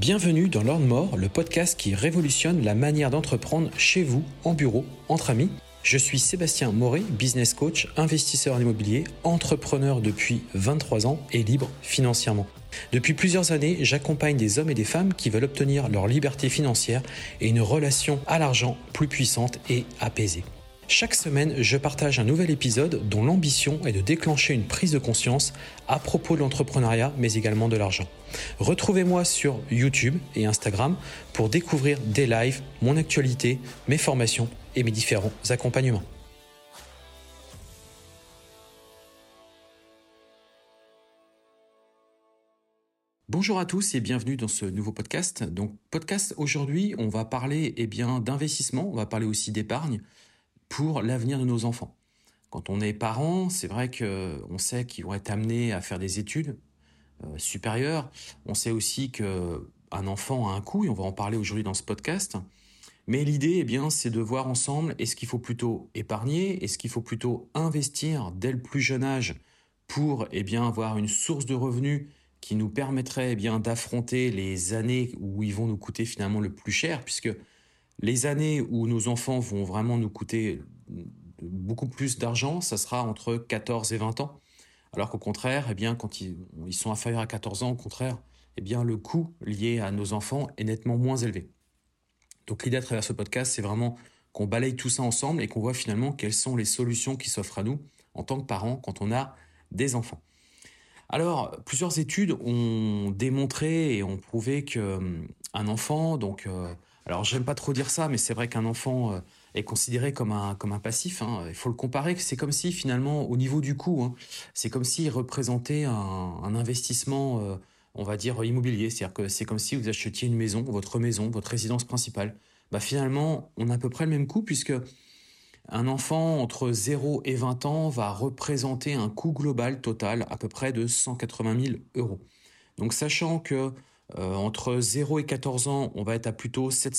Bienvenue dans l'Ordre Mort, le podcast qui révolutionne la manière d'entreprendre chez vous, en bureau, entre amis. Je suis Sébastien Moret, business coach, investisseur en immobilier, entrepreneur depuis 23 ans et libre financièrement. Depuis plusieurs années, j'accompagne des hommes et des femmes qui veulent obtenir leur liberté financière et une relation à l'argent plus puissante et apaisée. Chaque semaine, je partage un nouvel épisode dont l'ambition est de déclencher une prise de conscience à propos de l'entrepreneuriat, mais également de l'argent. Retrouvez-moi sur YouTube et Instagram pour découvrir des lives, mon actualité, mes formations et mes différents accompagnements. Bonjour à tous et bienvenue dans ce nouveau podcast. Donc podcast aujourd'hui, on va parler d'investissement, on va parler aussi d'épargne pour l'avenir de nos enfants. Quand on est parent, c'est vrai qu'on sait qu'ils vont être amenés à faire des études supérieures. On sait aussi qu'un enfant a un coût et on va en parler aujourd'hui dans ce podcast. Mais l'idée, c'est de voir ensemble, est-ce qu'il faut plutôt épargner, est-ce qu'il faut plutôt investir dès le plus jeune âge pour avoir une source de revenus qui nous permettrait d'affronter les années où ils vont nous coûter finalement le plus cher, puisque les années où nos enfants vont vraiment nous coûter beaucoup plus d'argent, ça sera entre 14 et 20 ans. Alors qu'au contraire, quand ils sont inférieurs à 14 ans, au contraire, le coût lié à nos enfants est nettement moins élevé. Donc l'idée à travers ce podcast, c'est vraiment qu'on balaye tout ça ensemble et qu'on voit finalement quelles sont les solutions qui s'offrent à nous en tant que parents quand on a des enfants. Alors, plusieurs études ont démontré et ont prouvé qu'un enfant, alors j'aime pas trop dire ça, mais c'est vrai qu'un enfant est considéré comme un passif. Il faut le comparer, c'est comme si finalement, au niveau du coût, c'est comme s'il représentait un investissement, on va dire, immobilier. C'est-à-dire que c'est comme si vous achetiez une maison, votre résidence principale. Finalement, on a à peu près le même coût puisque un enfant entre 0 et 20 ans va représenter un coût global total à peu près de 180 000 euros. Donc sachant que entre 0 et 14 ans, on va être à plutôt 7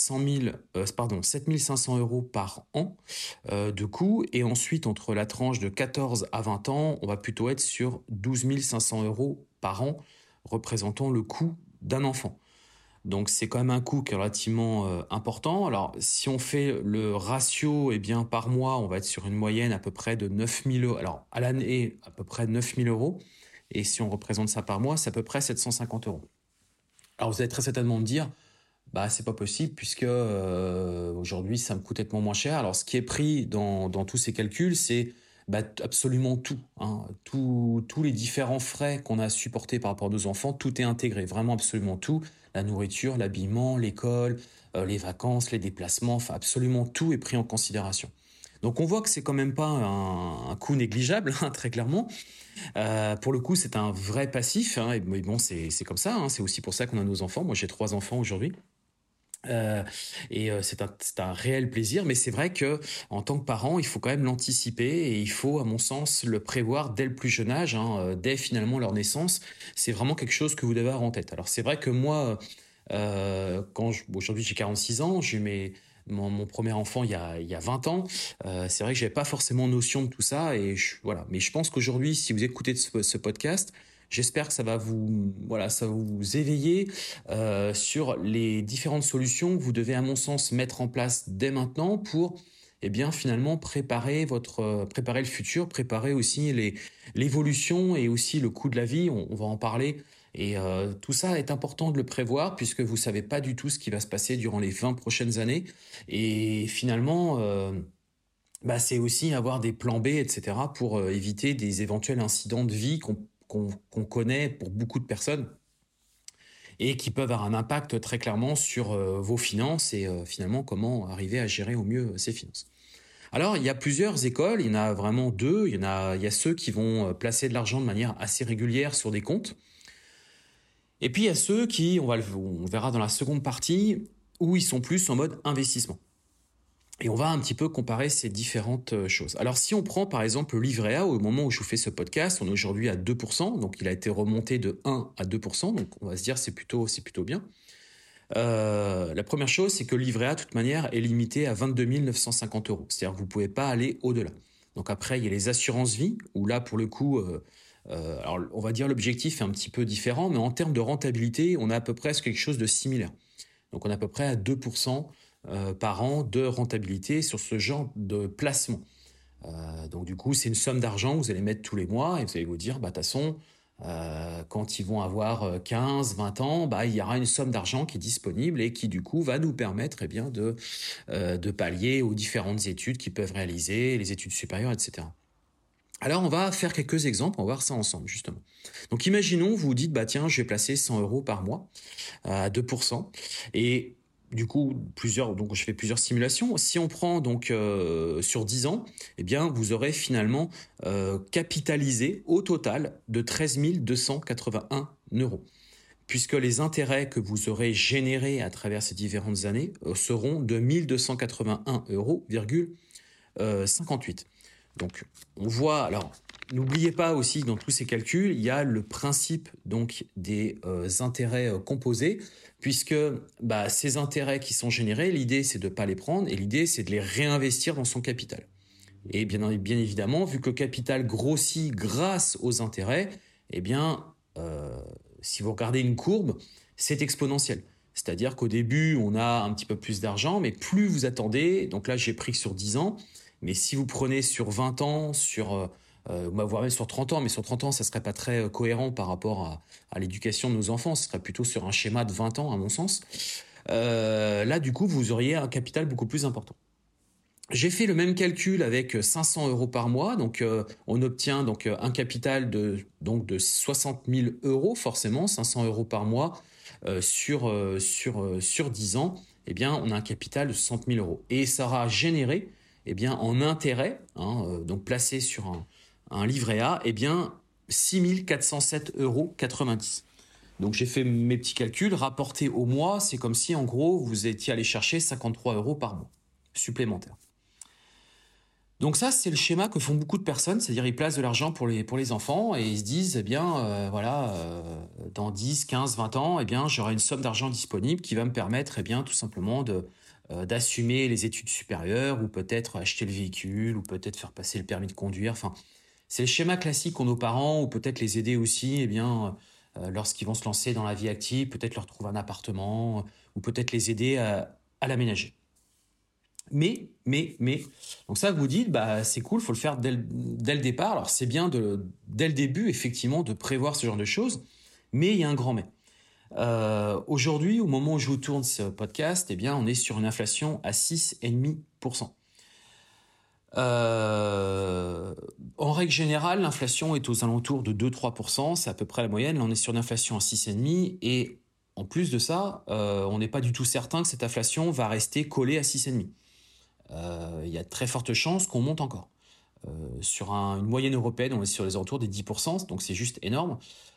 500 euros par an de coût. Et ensuite, entre la tranche de 14 à 20 ans, on va plutôt être sur 12 500 euros par an, représentant le coût d'un enfant. Donc c'est quand même un coût qui est relativement important. Alors si on fait le ratio, par mois, on va être sur une moyenne à peu près de 9 000 euros. Alors à l'année, à peu près 9 000 euros. Et si on représente ça par mois, c'est à peu près 750 euros. Alors vous allez très certainement me dire, c'est pas possible puisque aujourd'hui ça me coûte nettement moins cher. Alors ce qui est pris dans tous ces calculs, c'est absolument tout, tous les différents frais qu'on a supportés par rapport à nos enfants, tout est intégré, vraiment absolument tout, la nourriture, l'habillement, l'école, les vacances, les déplacements, absolument tout est pris en considération. Donc on voit que c'est quand même pas un coût négligeable, très clairement. Pour le coup, c'est un vrai passif, mais bon, c'est comme ça, c'est aussi pour ça qu'on a nos enfants. Moi, j'ai 3 enfants aujourd'hui. C'est un réel plaisir, mais c'est vrai que en tant que parent, il faut quand même l'anticiper et il faut, à mon sens, le prévoir dès le plus jeune âge, dès finalement leur naissance. C'est vraiment quelque chose que vous devez avoir en tête. Alors c'est vrai que moi, aujourd'hui j'ai 46 ans, j'ai eu mon premier enfant il y a 20 ans. C'est vrai que j'avais pas forcément notion de tout ça voilà. Mais je pense qu'aujourd'hui, si vous écoutez ce podcast, j'espère que ça va vous éveiller sur les différentes solutions que vous devez, à mon sens, mettre en place dès maintenant pour finalement préparer le futur, préparer aussi l'évolution et aussi le coût de la vie. On va en parler. Et tout ça est important de le prévoir puisque vous savez pas du tout ce qui va se passer durant les 20 prochaines années. Et finalement, c'est aussi avoir des plans B, etc. pour éviter des éventuels incidents de vie qu'on connaît pour beaucoup de personnes et qui peuvent avoir un impact très clairement sur vos finances et finalement comment arriver à gérer au mieux ces finances. Alors, il y a plusieurs écoles, il y en a vraiment 2. Il y a ceux qui vont placer de l'argent de manière assez régulière sur des comptes. Et puis, il y a ceux qui, on verra dans la seconde partie, où ils sont plus en mode investissement. Et on va un petit peu comparer ces différentes choses. Alors, si on prend par exemple le livret A, au moment où je vous fais ce podcast, on est aujourd'hui à 2%, donc il a été remonté de 1 à 2%, donc on va se dire c'est plutôt bien. La première chose, c'est que le livret A, de toute manière, est limité à 22 950 euros. C'est-à-dire que vous ne pouvez pas aller au-delà. Donc après, il y a les assurances vie, où là, pour le coup, Alors, on va dire l'objectif est un petit peu différent, mais en termes de rentabilité, on a à peu près quelque chose de similaire. Donc, on est à peu près à 2% par an de rentabilité sur ce genre de placement. Donc, du coup, c'est une somme d'argent que vous allez mettre tous les mois et vous allez vous dire, de toute façon, quand ils vont avoir 15, 20 ans, il y aura une somme d'argent qui est disponible et qui, du coup, va nous permettre de pallier aux différentes études qu'ils peuvent réaliser, les études supérieures, etc. Alors, on va faire quelques exemples, on va voir ça ensemble, justement. Donc, imaginons, vous vous dites, tiens, je vais placer 100 euros par mois à 2%. Et du coup, donc je fais plusieurs simulations. Si on prend donc sur 10 ans, eh bien, vous aurez finalement capitalisé au total de 13 281 euros. Puisque les intérêts que vous aurez générés à travers ces différentes années seront de 1281 euros, 58. Donc, on voit, alors, n'oubliez pas aussi que dans tous ces calculs, il y a le principe donc des intérêts composés, puisque ces intérêts qui sont générés, l'idée c'est de ne pas les prendre et l'idée c'est de les réinvestir dans son capital. Et bien évidemment, vu que le capital grossit grâce aux intérêts, eh bien, si vous regardez une courbe, c'est exponentiel. C'est-à-dire qu'au début, on a un petit peu plus d'argent, mais plus vous attendez, donc là j'ai pris que sur 10 ans, mais si vous prenez sur 20 ans, voire même sur 30 ans, mais sur 30 ans, ça ne serait pas très cohérent par rapport à l'éducation de nos enfants, ce serait plutôt sur un schéma de 20 ans, à mon sens. Là, du coup, vous auriez un capital beaucoup plus important. J'ai fait le même calcul avec 500 euros par mois, donc on obtient donc un capital de 60 000 euros, forcément, 500 euros par mois sur 10 ans, eh bien, on a un capital de 60 000 euros. Et ça aura généré, eh bien, en intérêt, donc placé sur un livret A, eh bien, 6 407,90 euros. Donc j'ai fait mes petits calculs, rapporté au mois, c'est comme si en gros vous étiez allé chercher 53 euros par mois supplémentaires. Donc ça, c'est le schéma que font beaucoup de personnes, c'est-à-dire ils placent de l'argent pour les enfants et ils se disent, eh bien, dans 10, 15, 20 ans, eh bien, j'aurai une somme d'argent disponible qui va me permettre, eh bien, tout simplement d'assumer les études supérieures ou peut-être acheter le véhicule ou peut-être faire passer le permis de conduire. Enfin, c'est le schéma classique qu'ont nos parents ou peut-être les aider aussi, eh bien, lorsqu'ils vont se lancer dans la vie active, peut-être leur trouver un appartement ou peut-être les aider à l'aménager. Mais, donc ça, vous dites, c'est cool, il faut le faire dès le départ. Alors, c'est bien dès le début, effectivement, de prévoir ce genre de choses, mais il y a un grand mais. Aujourd'hui, au moment où je vous tourne ce podcast, eh bien, on est sur une inflation à 6,5%. En règle générale, l'inflation est aux alentours de 2-3%, c'est à peu près la moyenne. Là, on est sur une inflation à 6,5%, et en plus de ça, on n'est pas du tout certain que cette inflation va rester collée à 6,5%. Il y a de très fortes chances qu'on monte encore. Sur une moyenne européenne, on est sur les alentours des 10%, donc c'est juste énorme.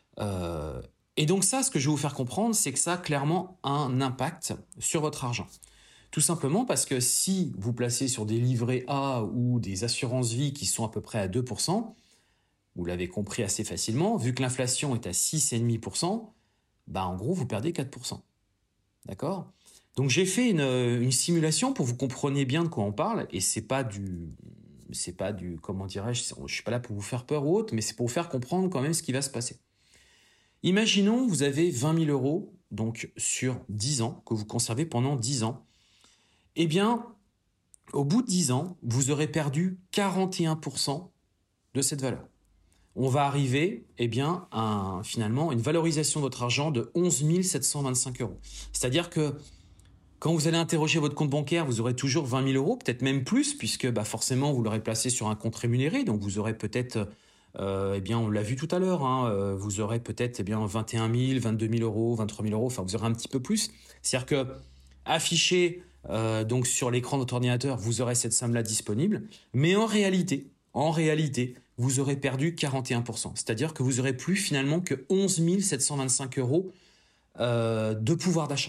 Et donc ça, ce que je vais vous faire comprendre, c'est que ça a clairement un impact sur votre argent. Tout simplement parce que si vous placez sur des livrets A ou des assurances vie qui sont à peu près à 2%, vous l'avez compris assez facilement, vu que l'inflation est à 6,5%, en gros, vous perdez 4%. D'accord ? Donc j'ai fait une simulation pour que vous compreniez bien de quoi on parle, et c'est pas du comment dirais-je, je suis pas là pour vous faire peur ou autre, mais c'est pour vous faire comprendre quand même ce qui va se passer. Imaginons vous avez 20 000 euros donc sur 10 ans que vous conservez pendant 10 ans. Eh bien, au bout de 10 ans, vous aurez perdu 41% de cette valeur. On va arriver, à finalement une valorisation de votre argent de 11 725 euros. C'est-à-dire que quand vous allez interroger votre compte bancaire, vous aurez toujours 20 000 euros, peut-être même plus, puisque forcément vous l'aurez placé sur un compte rémunéré. Donc vous aurez peut-être, on l'a vu tout à l'heure, vous aurez peut-être 21 000, 22 000 euros, 23 000 euros, enfin vous aurez un petit peu plus. C'est-à-dire que affiché donc sur l'écran de votre ordinateur, vous aurez cette somme-là disponible, mais en réalité, vous aurez perdu 41%. C'est-à-dire que vous aurez plus finalement que 11 725 euros de pouvoir d'achat.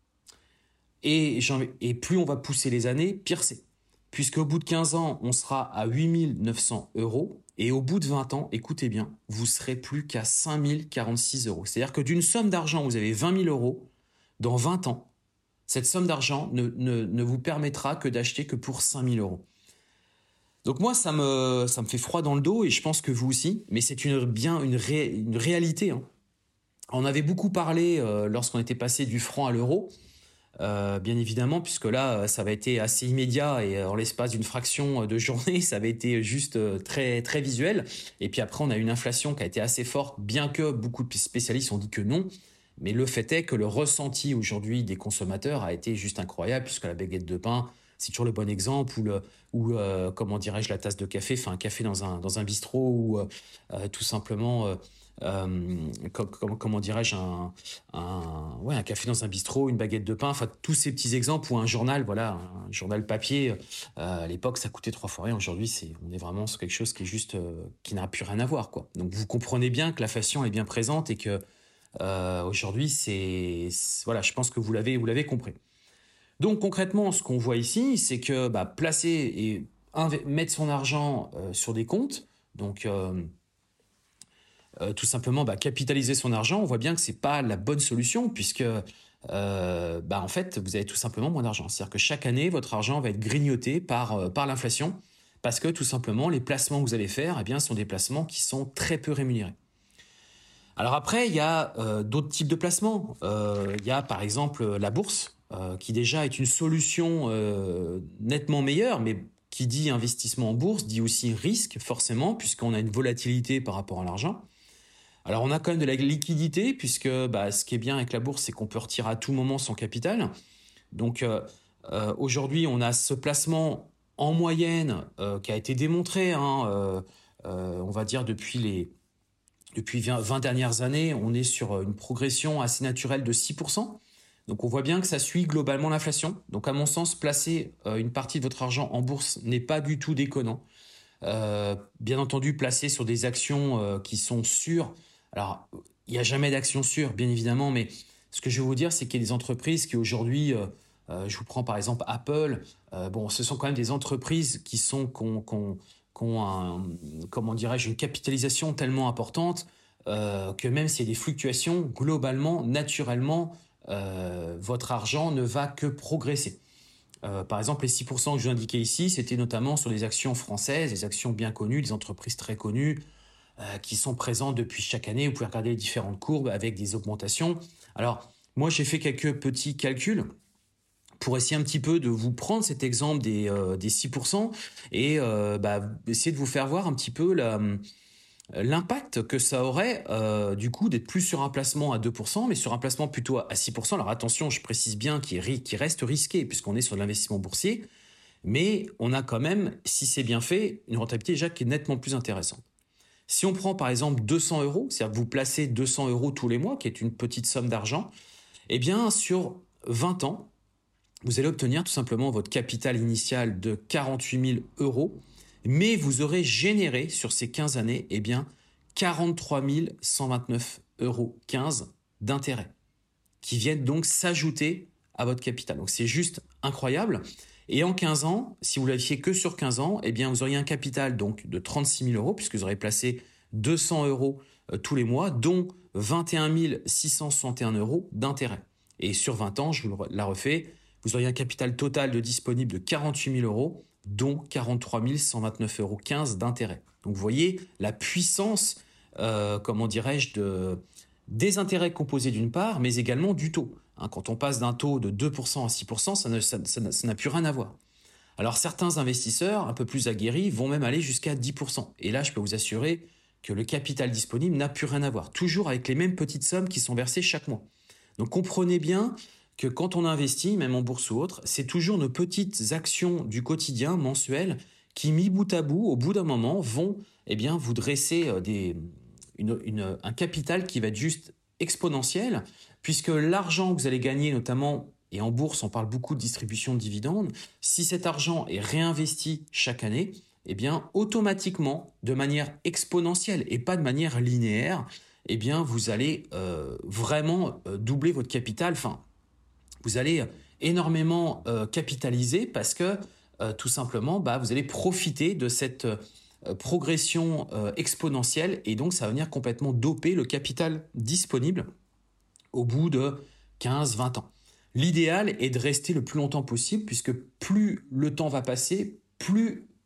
Et plus on va pousser les années, pire c'est. Puisqu'au bout de 15 ans, on sera à 8 900 euros. Et au bout de 20 ans, écoutez bien, vous serez plus qu'à 5 046 euros. C'est-à-dire que d'une somme d'argent, vous avez 20 000 euros. Dans 20 ans, cette somme d'argent ne vous permettra que d'acheter que pour 5 000 euros. Donc moi, ça me fait froid dans le dos et je pense que vous aussi, mais c'est une réalité, hein. On avait beaucoup parlé lorsqu'on était passé du franc à l'euro, bien évidemment, puisque là, ça avait été assez immédiat et en l'espace d'une fraction de journée, ça avait été juste très, très visuel. Et puis après, on a eu une inflation qui a été assez forte, bien que beaucoup de spécialistes ont dit que non. Mais le fait est que le ressenti aujourd'hui des consommateurs a été juste incroyable, puisque la baguette de pain, c'est toujours le bon exemple, comment dirais-je, la tasse de café, enfin un café dans un bistrot, ou tout simplement, comment dirais-je, ouais, un café dans un bistrot, une baguette de pain, enfin tous ces petits exemples, ou un journal, voilà, un journal papier. À l'époque, ça coûtait 3 fois rien. Aujourd'hui, on est vraiment sur quelque chose qui est juste, qui n'a plus rien à voir, quoi. Donc vous comprenez bien que l'inflation est bien présente et que aujourd'hui, voilà, je pense que vous l'avez compris. Donc concrètement, ce qu'on voit ici, c'est que placer et mettre son argent sur des comptes, donc tout simplement capitaliser son argent, on voit bien que c'est pas la bonne solution puisque en fait, vous avez tout simplement moins d'argent. C'est-à-dire que chaque année, votre argent va être grignoté par l'inflation parce que tout simplement, les placements que vous allez faire, eh bien, sont des placements qui sont très peu rémunérés. Alors après, il y a d'autres types de placements. Il y a par exemple la bourse, qui déjà est une solution nettement meilleure, mais qui dit investissement en bourse dit aussi risque, forcément, puisqu'on a une volatilité par rapport à l'argent. Alors on a quand même de la liquidité, puisque ce qui est bien avec la bourse, c'est qu'on peut retirer à tout moment son capital. Donc aujourd'hui, on a ce placement en moyenne qui a été démontré, hein, on va dire depuis 20 dernières années, on est sur une progression assez naturelle de 6%. Donc on voit bien que ça suit globalement l'inflation. Donc à mon sens, placer une partie de votre argent en bourse n'est pas du tout déconnant. Bien entendu, placer sur des actions qui sont sûres. Alors, il n'y a jamais d'actions sûres, bien évidemment, mais ce que je veux vous dire, c'est qu'il y a des entreprises qui aujourd'hui, je vous prends par exemple Apple, ce sont quand même des entreprises qui ont comment dirais-je, une capitalisation tellement importante que même s'il y a des fluctuations, globalement, naturellement, votre argent ne va que progresser. Par exemple, les 6% que je vous indiquais ici, c'était notamment sur les actions françaises, des actions bien connues, des entreprises très connues, qui sont présentes depuis chaque année. Vous pouvez regarder les différentes courbes avec des augmentations. Alors, moi, j'ai fait quelques petits calculs pour essayer un petit peu de vous prendre cet exemple des 6% et essayer de vous faire voir un petit peu l'impact que ça aurait du coup d'être plus sur un placement à 2%, mais sur un placement plutôt à 6%. Alors attention, je précise bien qu'il reste risqué puisqu'on est sur l'investissement boursier, mais on a quand même, si c'est bien fait, une rentabilité déjà qui est nettement plus intéressante. Si on prend par exemple 200 euros, c'est-à-dire que vous placez 200 euros tous les mois, qui est une petite somme d'argent, eh bien sur 20 ans, vous allez obtenir tout simplement votre capital initial de 48 000 euros, mais vous aurez généré sur ces 15 années 43 129,15 euros d'intérêt qui viennent donc s'ajouter à votre capital. Donc c'est juste incroyable. Et en 15 ans, si vous l'aviez que sur 15 ans, vous auriez un capital donc de 36 000 euros puisque vous aurez placé 200 euros tous les mois, dont 21 661 euros d'intérêt. Et sur 20 ans, je vous la refais, vous auriez un capital total de disponible de 48 000 euros, dont 43 129,15 euros d'intérêt. Donc vous voyez la puissance, des intérêts composés d'une part, mais également du taux. Quand on passe d'un taux de 2% à 6%, ça n'a plus rien à voir. Alors certains investisseurs un peu plus aguerris vont même aller jusqu'à 10%. Et là, je peux vous assurer que le capital disponible n'a plus rien à voir. Toujours avec les mêmes petites sommes qui sont versées chaque mois. Donc comprenez bien que quand on investit, même en bourse ou autre, c'est toujours nos petites actions du quotidien, mensuelles, qui mis bout à bout, au bout d'un moment, vont vous dresser un capital qui va être juste exponentiel, puisque l'argent que vous allez gagner, notamment, et en bourse, on parle beaucoup de distribution de dividendes, si cet argent est réinvesti chaque année, automatiquement, de manière exponentielle et pas de manière linéaire, vous allez vraiment doubler votre capital. Enfin, vous allez énormément capitaliser parce que tout simplement, vous allez profiter de cette progression exponentielle et donc ça va venir complètement doper le capital disponible au bout de 15-20 ans. L'idéal est de rester le plus longtemps possible puisque plus le temps va passer, plus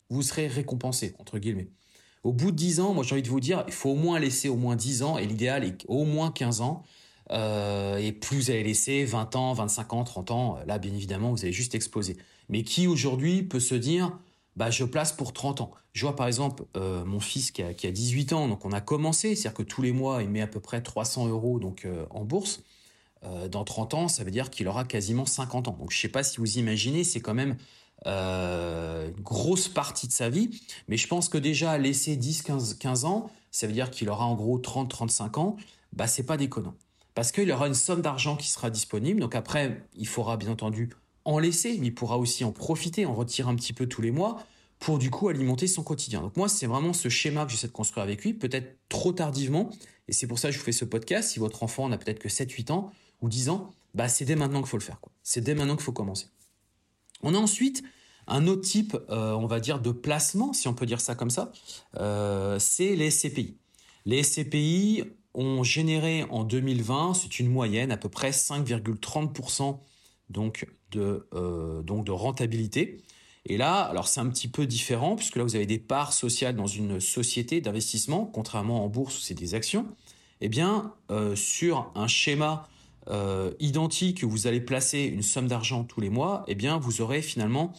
vous serez récompensé, entre guillemets. Au bout de 10 ans, moi j'ai envie de vous dire, il faut au moins laisser au moins 10 ans, et l'idéal est au moins 15 ans. Et plus vous allez laisser 20 ans, 25 ans, 30 ans, là bien évidemment vous allez juste exploser. Mais qui aujourd'hui peut se dire, bah, je place pour 30 ans. Je vois par exemple mon fils qui a 18 ans, donc on a commencé, c'est-à-dire que tous les mois il met à peu près 300 euros donc, en bourse. Dans 30 ans, ça veut dire qu'il aura quasiment 50 ans. Donc je ne sais pas si vous imaginez, c'est quand même une grosse partie de sa vie. Mais je pense que déjà laisser 10, 15 ans, ça veut dire qu'il aura en gros 30, 35 ans, bah, c'est pas déconnant. Parce qu'il aura une somme d'argent qui sera disponible. Donc après, il faudra bien entendu en laisser, mais il pourra aussi en profiter, en retirer un petit peu tous les mois pour du coup alimenter son quotidien. Donc moi, c'est vraiment ce schéma que j'essaie de construire avec lui, peut-être trop tardivement. Et c'est pour ça que je vous fais ce podcast. Si votre enfant n'a peut-être que 7-8 ans ou 10 ans, bah, c'est dès maintenant qu'il faut le faire, quoi. C'est dès maintenant qu'il faut commencer. On a ensuite un autre type, on va dire, de placement, si on peut dire ça comme ça, c'est les SCPI. Les SCPI ont généré en 2020, c'est une moyenne, à peu près 5,30% donc de rentabilité. Et là, alors c'est un petit peu différent, puisque là, vous avez des parts sociales dans une société d'investissement, contrairement en bourse où c'est des actions. Eh bien, sur un schéma identique où vous allez placer une somme d'argent tous les mois, eh bien, vous aurez finalement,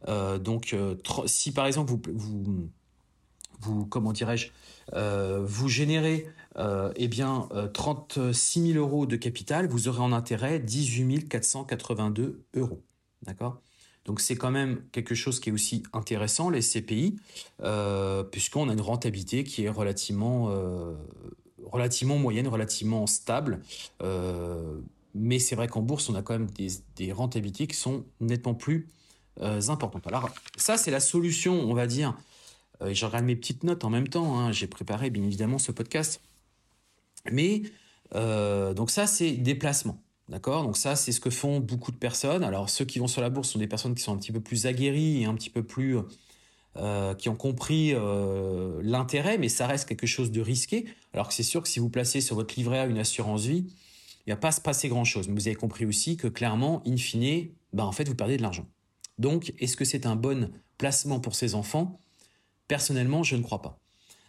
si par exemple comment dirais-je, vous générez 36 000 euros de capital, vous aurez en intérêt 18 482 euros. D'accord ? Donc c'est quand même quelque chose qui est aussi intéressant, les CPI, puisqu'on a une rentabilité qui est relativement moyenne, relativement stable. Mais c'est vrai qu'en bourse, on a quand même des rentabilités qui sont nettement plus importantes. Alors ça, c'est la solution, on va dire. Je regarde mes petites notes en même temps, hein. J'ai préparé bien évidemment ce podcast. Mais donc ça, c'est des placements. D'accord ? Donc ça, c'est ce que font beaucoup de personnes. Alors ceux qui vont sur la bourse sont des personnes qui sont un petit peu plus aguerries et un petit peu plus qui ont compris l'intérêt, mais ça reste quelque chose de risqué. Alors que c'est sûr que si vous placez sur votre livret A une assurance vie, il ne va pas se passer grand-chose. Mais vous avez compris aussi que clairement, in fine, en fait, vous perdez de l'argent. Donc, est-ce que c'est un bon placement pour ces enfants ? Personnellement, je ne crois pas.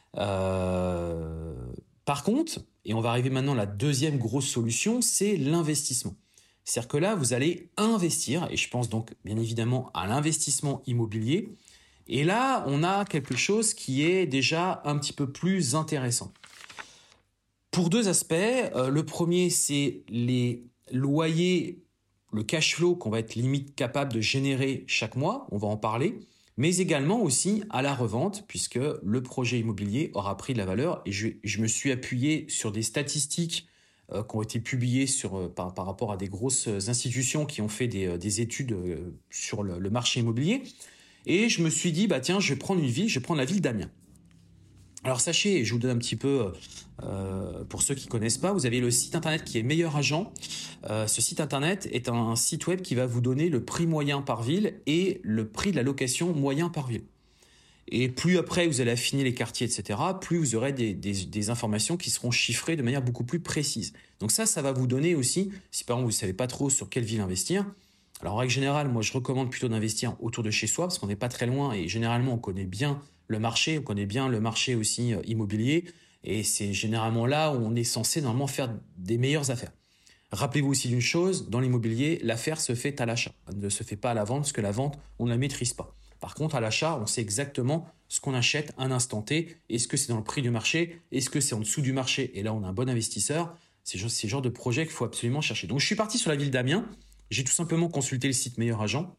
Par contre, et on va arriver maintenant à la deuxième grosse solution, c'est l'investissement. C'est-à-dire que là, vous allez investir, et je pense donc bien évidemment à l'investissement immobilier. Et là, on a quelque chose qui est déjà un petit peu plus intéressant. Pour deux aspects. Le premier, c'est les loyers, le cash flow qu'on va être limite capable de générer chaque mois. On va en parler. Mais également aussi à la revente, puisque le projet immobilier aura pris de la valeur. Et je me suis appuyé sur des statistiques qui ont été publiées par rapport à des grosses institutions qui ont fait des études sur le marché immobilier. Et je me suis dit, tiens, je vais prendre une ville, je vais prendre la ville d'Amiens. Alors sachez, et je vous donne un petit peu, pour ceux qui ne connaissent pas, vous avez le site internet qui est Meilleur Agent. Ce site internet est un site web qui va vous donner le prix moyen par ville et le prix de la location moyen par ville. Et plus après vous allez affiner les quartiers, etc., plus vous aurez des informations qui seront chiffrées de manière beaucoup plus précise. Donc ça va vous donner aussi, si par exemple vous ne savez pas trop sur quelle ville investir. Alors en règle générale, moi je recommande plutôt d'investir autour de chez soi parce qu'on n'est pas très loin et généralement on connaît bien le marché, on connaît bien le marché aussi immobilier et c'est généralement là où on est censé normalement faire des meilleures affaires. Rappelez-vous aussi d'une chose, dans l'immobilier, l'affaire se fait à l'achat, elle ne se fait pas à la vente parce que la vente, on ne la maîtrise pas. Par contre, à l'achat, on sait exactement ce qu'on achète à un instant T. Est-ce que c'est dans le prix du marché ? Est-ce que c'est en dessous du marché ? Et là, on a un bon investisseur. C'est le genre de projet qu'il faut absolument chercher. Donc, je suis parti sur la ville d'Amiens. J'ai tout simplement consulté le site Meilleur Agent.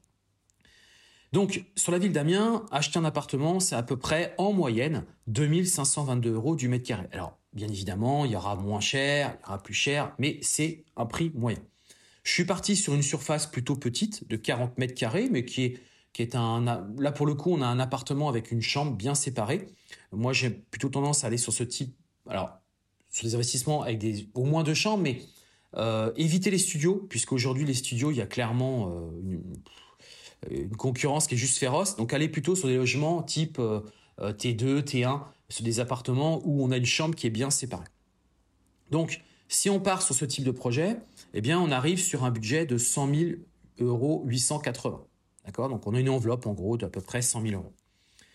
Donc, sur la ville d'Amiens, acheter un appartement, c'est à peu près, en moyenne, 2 522 € du mètre carré. Alors, bien évidemment, il y aura moins cher, il y aura plus cher, mais c'est un prix moyen. Je suis parti sur une surface plutôt petite, de 40 mètres carrés, mais qui est là, pour le coup, on a un appartement avec une chambre bien séparée. Moi, j'ai plutôt tendance à aller sur ce type, alors, sur des investissements avec au moins 2 chambres, mais éviter les studios, puisqu'aujourd'hui, les studios, il y a clairement une concurrence qui est juste féroce. Donc, allez plutôt sur des logements type T2, T1, sur des appartements où on a une chambre qui est bien séparée. Donc, si on part sur ce type de projet, eh bien, on arrive sur un budget de 100 000 € 880. D'accord ? Donc, on a une enveloppe, en gros, d'à peu près 100 000 €.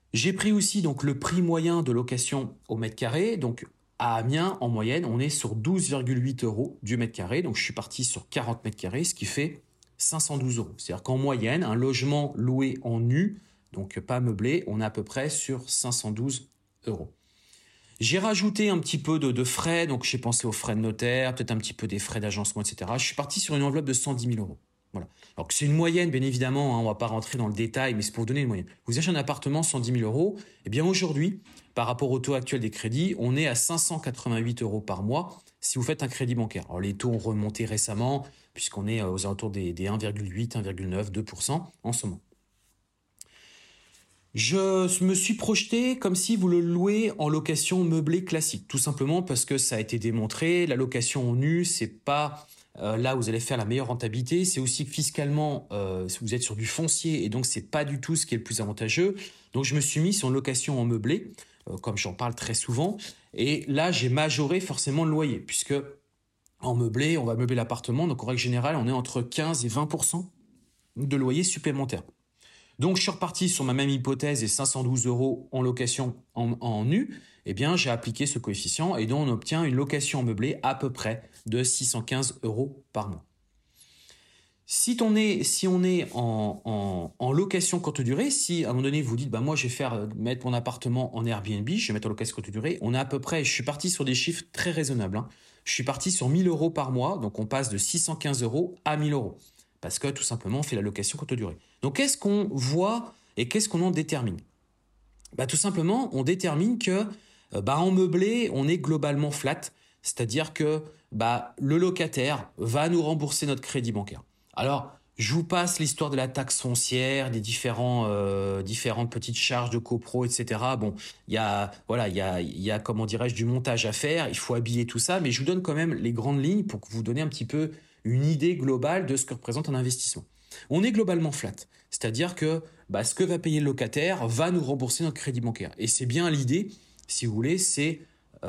J'ai pris aussi donc le prix moyen de location au mètre carré. Donc à Amiens, en moyenne, on est sur 12,8 euros du mètre carré. Donc je suis parti sur 40 mètres carrés, ce qui fait 512 euros. C'est-à-dire qu'en moyenne, un logement loué en nu, donc pas meublé, on est à peu près sur 512 euros. J'ai rajouté un petit peu de frais, donc j'ai pensé aux frais de notaire, peut-être un petit peu des frais d'agencement, etc. Je suis parti sur une enveloppe de 110 000 euros. Voilà. Alors que c'est une moyenne, bien évidemment, hein, on ne va pas rentrer dans le détail, mais c'est pour vous donner une moyenne. Vous achetez un appartement 110 000 euros, eh bien aujourd'hui, par rapport au taux actuel des crédits, on est à 588 euros par mois si vous faites un crédit bancaire. Alors les taux ont remonté récemment, puisqu'on est aux alentours des 1,8, 1,9, 2% en ce moment. Je me suis projeté comme si vous le louez en location meublée classique, tout simplement parce que ça a été démontré, la location en nu, c'est pas là où vous allez faire la meilleure rentabilité, c'est aussi fiscalement, vous êtes sur du foncier et donc c'est pas du tout ce qui est le plus avantageux. Donc je me suis mis sur une location en meublé, comme j'en parle très souvent, et là j'ai majoré forcément le loyer, puisque en meublé, on va meubler l'appartement, donc en règle générale, on est entre 15 et 20% de loyer supplémentaire. Donc, je suis reparti sur ma même hypothèse et 512 euros en location en nu. Eh bien, j'ai appliqué ce coefficient et donc on obtient une location meublée à peu près de 615 euros par mois. Si on est en location courte durée, si à un moment donné vous dites, bah moi je vais mettre mon appartement en Airbnb, je vais mettre en location courte durée, on est à peu près, je suis parti sur des chiffres très raisonnables, hein. Je suis parti sur 1000 euros par mois, donc on passe de 615 euros à 1000 euros. Parce que tout simplement, on fait la location courte durée. Donc, qu'est-ce qu'on voit et qu'est-ce qu'on en détermine? Tout simplement, on détermine que en meublé, on est globalement flat. C'est-à-dire que le locataire va nous rembourser notre crédit bancaire. Alors, je vous passe l'histoire de la taxe foncière, des différentes petites charges de copro, etc. Bon, il y a comment dirais-je, du montage à faire. Il faut habiller tout ça, mais je vous donne quand même les grandes lignes pour que vous donniez un petit peu une idée globale de ce que représente un investissement. On est globalement flat, c'est-à-dire que ce que va payer le locataire va nous rembourser notre crédit bancaire. Et c'est bien l'idée, si vous voulez, c'est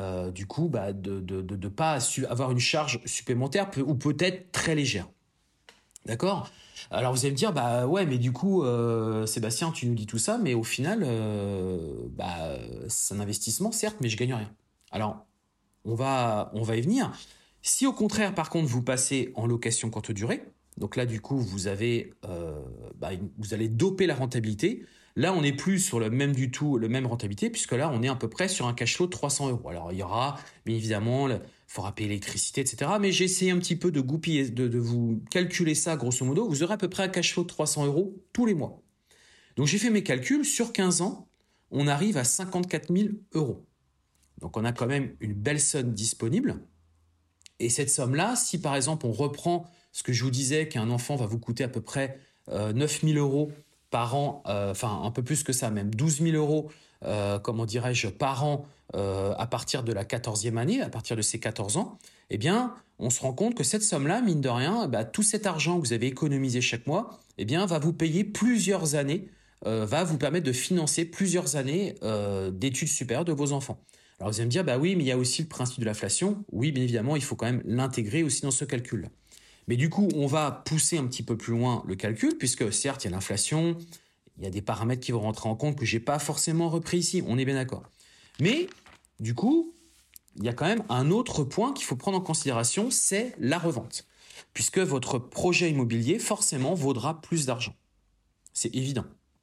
de ne pas avoir une charge supplémentaire ou peut-être très légère. D'accord? Alors vous allez me dire, ouais, mais du coup, Sébastien, tu nous dis tout ça, mais au final, c'est un investissement, certes, mais je gagne rien. Alors, on va y venir. Si au contraire, par contre, vous passez en location courte durée, donc là, du coup, vous allez doper la rentabilité. Là, on n'est plus sur le même rentabilité, puisque là, on est à peu près sur un cash flow de 300 euros. Alors, il y aura, bien évidemment, il faudra payer l'électricité, etc. Mais j'ai essayé un petit peu de goupiller, de vous calculer ça, grosso modo. Vous aurez à peu près un cash flow de 300 euros tous les mois. Donc, j'ai fait mes calculs. Sur 15 ans, on arrive à 54 000 euros. Donc, on a quand même une belle somme disponible. Et cette somme-là, si par exemple on reprend ce que je vous disais, qu'un enfant va vous coûter à peu près 9 000 euros par an, enfin un peu plus que ça, même 12 000 euros, par an à partir de la 14e année, à partir de ses 14 ans, eh bien, on se rend compte que cette somme-là, mine de rien, tout cet argent que vous avez économisé chaque mois, eh bien, va vous payer plusieurs années, va vous permettre de financer plusieurs années d'études supérieures de vos enfants. Alors vous allez me dire, oui, mais il y a aussi le principe de l'inflation. Oui, bien évidemment, il faut quand même l'intégrer aussi dans ce calcul-là. Mais du coup, on va pousser un petit peu plus loin le calcul, puisque certes, il y a l'inflation, il y a des paramètres qui vont rentrer en compte que je n'ai pas forcément repris ici, on est bien d'accord. Mais du coup, il y a quand même un autre point qu'il faut prendre en considération, c'est la revente. Puisque votre projet immobilier, forcément, vaudra plus d'argent. C'est évident.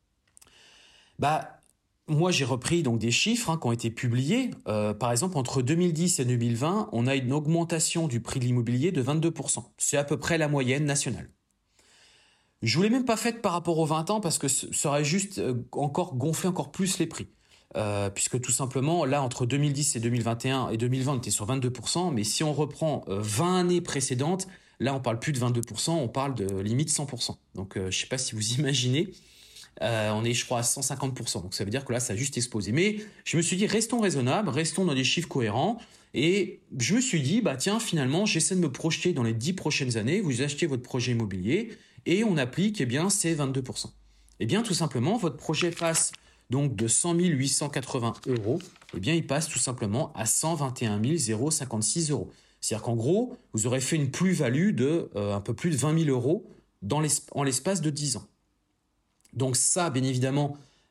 Moi, j'ai repris donc des chiffres qui ont été publiés. Par exemple, entre 2010 et 2020, on a une augmentation du prix de l'immobilier de 22%. C'est à peu près la moyenne nationale. Je ne vous l'ai même pas faite par rapport aux 20 ans parce que ça aurait juste gonflé encore plus les prix. Puisque tout simplement, là, entre 2010 et 2021 et 2020, on était sur 22%. Mais si on reprend 20 années précédentes, là, on ne parle plus de 22%, on parle de limite 100%. Donc, je ne sais pas si vous imaginez. On est, je crois, à 150%. Donc, ça veut dire que là, ça a juste explosé. Mais je me suis dit, restons raisonnables, restons dans des chiffres cohérents. Et je me suis dit, tiens, finalement, j'essaie de me projeter dans les 10 prochaines années. Vous achetez votre projet immobilier et on applique, ces 22%. Eh bien, tout simplement, votre projet passe donc de 100 880 euros. Eh bien, il passe tout simplement à 121 056 euros. C'est-à-dire qu'en gros, vous aurez fait une plus-value de un peu plus de 20 000 euros en l'espace de 10 ans. Donc ça, bien évidemment,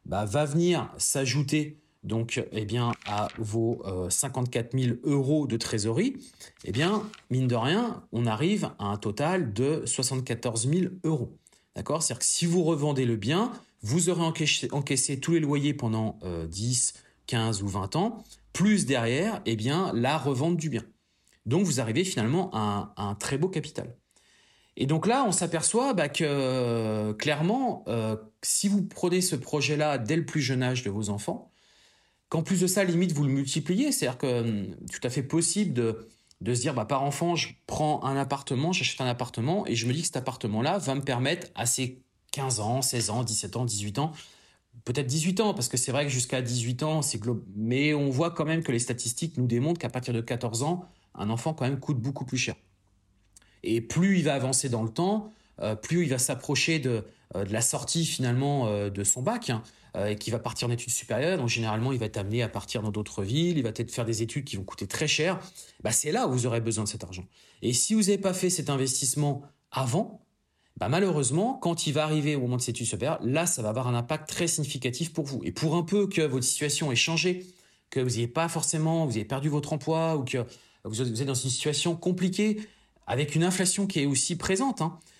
va venir s'ajouter donc à vos 54 000 euros de trésorerie, mine de rien, on arrive à un total de 74 000 euros. D'accord ? C'est-à-dire que si vous revendez le bien, vous aurez encaissé tous les loyers pendant 10, 15 ou 20 ans, plus derrière la revente du bien. Donc vous arrivez finalement à un très beau capital. Et donc là, on s'aperçoit que clairement, si vous prenez ce projet-là dès le plus jeune âge de vos enfants, qu'en plus de ça, limite, vous le multipliez. C'est-à-dire que tout à fait possible de se dire, par enfant, je prends un appartement, j'achète un appartement et je me dis que cet appartement-là va me permettre à ces 15 ans, 16 ans, 17 ans, 18 ans, peut-être 18 ans, parce que c'est vrai que jusqu'à 18 ans, mais on voit quand même que les statistiques nous démontrent qu'à partir de 14 ans, un enfant quand même coûte beaucoup plus cher. Et plus il va avancer dans le temps, plus il va s'approcher de la sortie finalement de son bac, et qui va partir en études supérieures. Donc généralement, il va être amené à partir dans d'autres villes, il va peut-être faire des études qui vont coûter très cher. C'est là où vous aurez besoin de cet argent. Et si vous n'avez pas fait cet investissement avant, malheureusement, quand il va arriver au moment de ces études supérieures, là, ça va avoir un impact très significatif pour vous. Et pour un peu que votre situation ait changé, que vous n'ayez pas forcément, vous avez perdu votre emploi ou que vous êtes dans une situation compliquée, avec une inflation qui est aussi présente,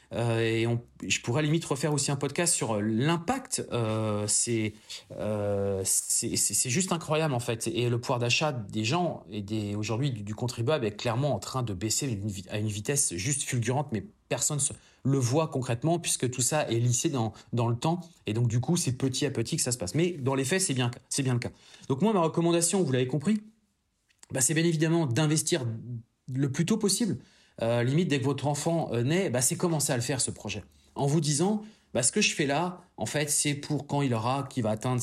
je pourrais à la limite refaire aussi un podcast sur l'impact. C'est juste incroyable en fait. Et le pouvoir d'achat des gens et aujourd'hui du contribuable est clairement en train de baisser à une vitesse juste fulgurante, mais personne le voit concrètement puisque tout ça est lissé dans le temps. Et donc du coup, c'est petit à petit que ça se passe. Mais dans les faits, c'est bien le cas. Donc moi, ma recommandation, vous l'avez compris, c'est bien évidemment d'investir le plus tôt possible. Limite, dès que votre enfant naît, c'est commencer à le faire ce projet. En vous disant, ce que je fais là, en fait, c'est pour quand qu'il va atteindre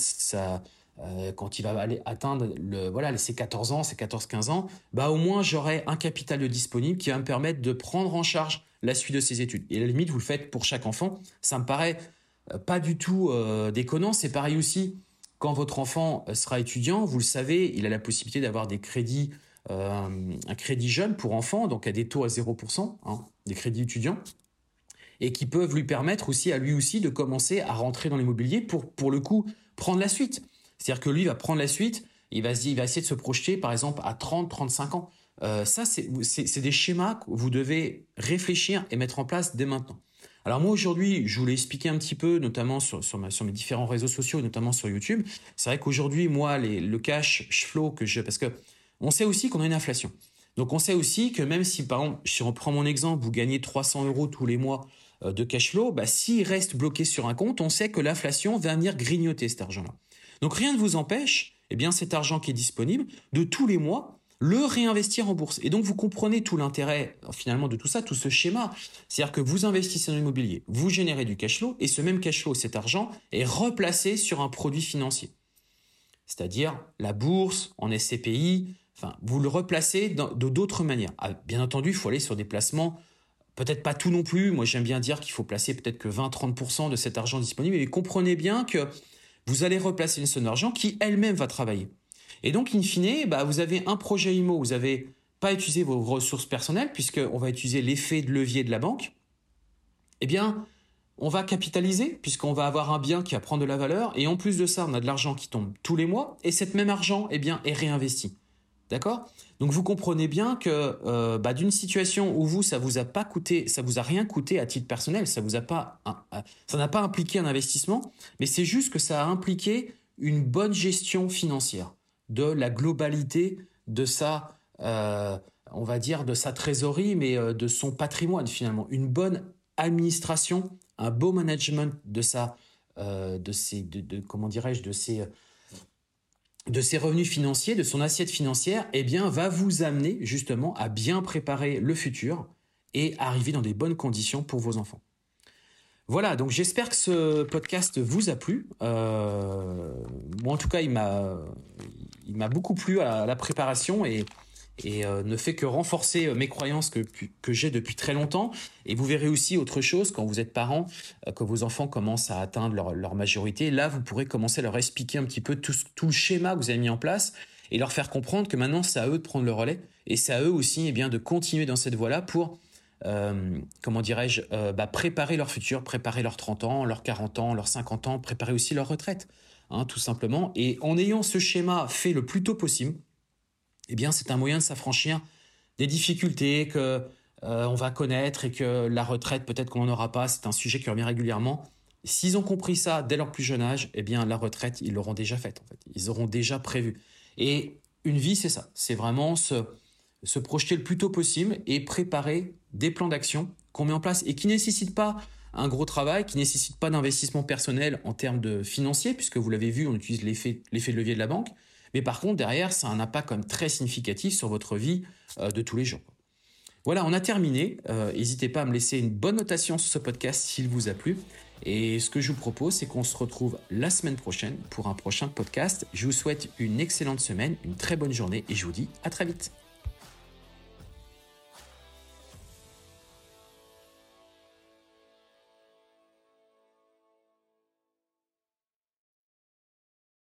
quand il va aller atteindre ses 14 ans, ses 14-15 ans, au moins j'aurai un capital de disponible qui va me permettre de prendre en charge la suite de ses études. Et à la limite, vous le faites pour chaque enfant. Ça me paraît pas du tout déconnant. C'est pareil aussi quand votre enfant sera étudiant. Vous le savez, il a la possibilité d'avoir des crédits, un crédit jeune pour enfants, donc à des taux à 0%, des crédits étudiants, et qui peuvent lui permettre aussi à lui aussi de commencer à rentrer dans l'immobilier pour le coup prendre la suite. C'est-à-dire que lui va prendre la suite, il va essayer de se projeter par exemple à 30-35 ans. Ça, c'est des schémas que vous devez réfléchir et mettre en place dès maintenant. Alors moi aujourd'hui, je voulais expliquer un petit peu, notamment sur mes différents réseaux sociaux, notamment sur YouTube. C'est vrai qu'aujourd'hui, moi, le cash flow parce que on sait aussi qu'on a une inflation. Donc on sait aussi que même si, par exemple, si on prend mon exemple, vous gagnez 300 euros tous les mois de cash flow, s'il reste bloqué sur un compte, on sait que l'inflation va venir grignoter cet argent-là. Donc rien ne vous empêche, cet argent qui est disponible, de tous les mois le réinvestir en bourse. Et donc, vous comprenez tout l'intérêt, finalement, de tout ça, tout ce schéma. C'est-à-dire que vous investissez dans l'immobilier, vous générez du cash flow, et ce même cash flow, cet argent, est replacé sur un produit financier. C'est-à-dire la bourse, en SCPI, vous le replacez de d'autres manières. Bien entendu, il faut aller sur des placements, peut-être pas tout non plus. Moi, j'aime bien dire qu'il faut placer peut-être que 20-30% de cet argent disponible, mais comprenez bien que vous allez replacer une somme d'argent qui elle-même va travailler. Et donc, in fine, vous avez un projet IMO, vous n'avez pas utilisé vos ressources personnelles, puisqu'on va utiliser l'effet de levier de la banque. On va capitaliser, puisqu'on va avoir un bien qui va prendre de la valeur, et en plus de ça, on a de l'argent qui tombe tous les mois, et cet même argent est réinvesti. D'accord ? Donc, vous comprenez bien que d'une situation où ça vous a pas coûté, ça vous a rien coûté à titre personnel, ça n'a pas impliqué un investissement, mais c'est juste que ça a impliqué une bonne gestion financière de la globalité de sa, on va dire, de sa trésorerie, mais de son patrimoine finalement. Une bonne administration, un beau management de ses revenus financiers, de son assiette financière, va vous amener justement à bien préparer le futur et arriver dans des bonnes conditions pour vos enfants. Voilà, donc j'espère que ce podcast vous a plu. Moi, en tout cas, il m'a beaucoup plu à la préparation et ne fait que renforcer mes croyances que j'ai depuis très longtemps. Et vous verrez aussi autre chose quand vous êtes parents, que vos enfants commencent à atteindre leur majorité. Là, vous pourrez commencer à leur expliquer un petit peu tout le schéma que vous avez mis en place et leur faire comprendre que maintenant, c'est à eux de prendre le relais et c'est à eux aussi de continuer dans cette voie-là pour préparer leur futur, préparer leurs 30 ans, leurs 40 ans, leurs 50 ans, préparer aussi leur retraite. tout simplement. Et en ayant ce schéma fait le plus tôt possible, eh bien, c'est un moyen de s'affranchir des difficultés que on va connaître et que la retraite, peut-être qu'on n'en aura pas. C'est un sujet qui revient régulièrement. S'ils ont compris ça dès leur plus jeune âge, eh bien, la retraite, ils l'auront déjà faite. En fait. Ils auront déjà prévu. Et une vie, c'est ça. C'est vraiment se projeter le plus tôt possible et préparer des plans d'action qu'on met en place et qui ne nécessitent pas un gros travail, qui ne nécessitent pas d'investissement personnel en termes de financier, puisque vous l'avez vu, on utilise l'effet de levier de la banque. Mais par contre, derrière, ça a un impact quand même très significatif sur votre vie de tous les jours. Voilà, on a terminé. N'hésitez pas à me laisser une bonne notation sur ce podcast s'il vous a plu. Et ce que je vous propose, c'est qu'on se retrouve la semaine prochaine pour un prochain podcast. Je vous souhaite une excellente semaine, une très bonne journée et je vous dis à très vite.